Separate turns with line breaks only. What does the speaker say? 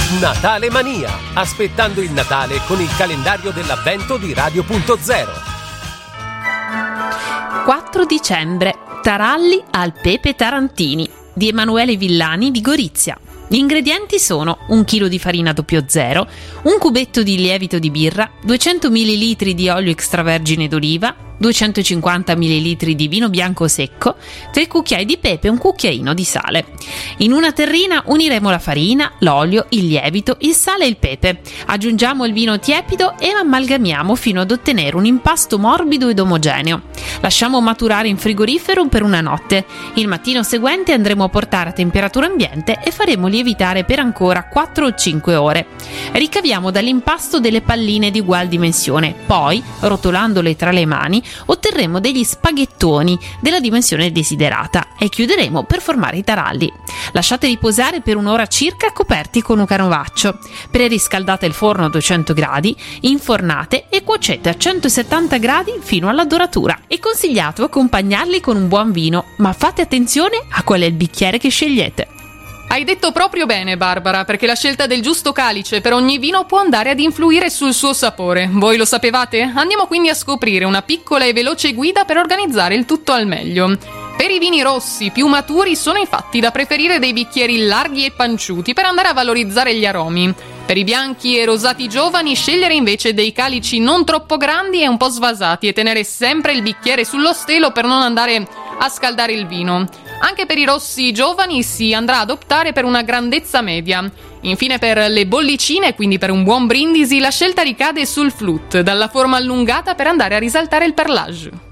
Natale Mania, aspettando il Natale con il calendario dell'avvento di Radio.0.
4 dicembre, taralli al pepe tarantini di Emanuele Villani di Gorizia. Gli ingredienti sono 1 chilo di farina 00, un cubetto di lievito di birra, 200 ml di olio extravergine d'oliva, 250 ml di vino bianco secco, 3 cucchiai di pepe e un cucchiaino di sale. In una terrina uniremo la farina, l'olio, il lievito, il sale e il pepe. Aggiungiamo il vino tiepido e amalgamiamo fino ad ottenere un impasto morbido ed omogeneo. Lasciamo maturare in frigorifero per una notte. Il mattino seguente andremo a portare a temperatura ambiente e faremo lievitare per ancora 4 o 5 ore. Ricaviamo dall'impasto delle palline di ugual dimensione, poi, rotolandole tra le mani, otterremo degli spaghettoni della dimensione desiderata e chiuderemo per formare i taralli. Lasciate riposare per un'ora circa coperti con un canovaccio. Preriscaldate il forno a 200 gradi, infornate e cuocete a 170 gradi fino alla doratura. È consigliato accompagnarli con un buon vino, ma fate attenzione a qual è il bicchiere che scegliete.
Hai detto proprio bene, Barbara, perché la scelta del giusto calice per ogni vino può andare ad influire sul suo sapore. Voi lo sapevate? Andiamo quindi a scoprire una piccola e veloce guida per organizzare il tutto al meglio. Per i vini rossi più maturi sono infatti da preferire dei bicchieri larghi e panciuti per andare a valorizzare gli aromi. Per i bianchi e rosati giovani scegliere invece dei calici non troppo grandi e un po' svasati e tenere sempre il bicchiere sullo stelo per non andare a scaldare il vino. Anche per i rossi giovani si andrà ad optare per una grandezza media. Infine per le bollicine, quindi per un buon brindisi, la scelta ricade sul flute, dalla forma allungata per andare a risaltare il perlage.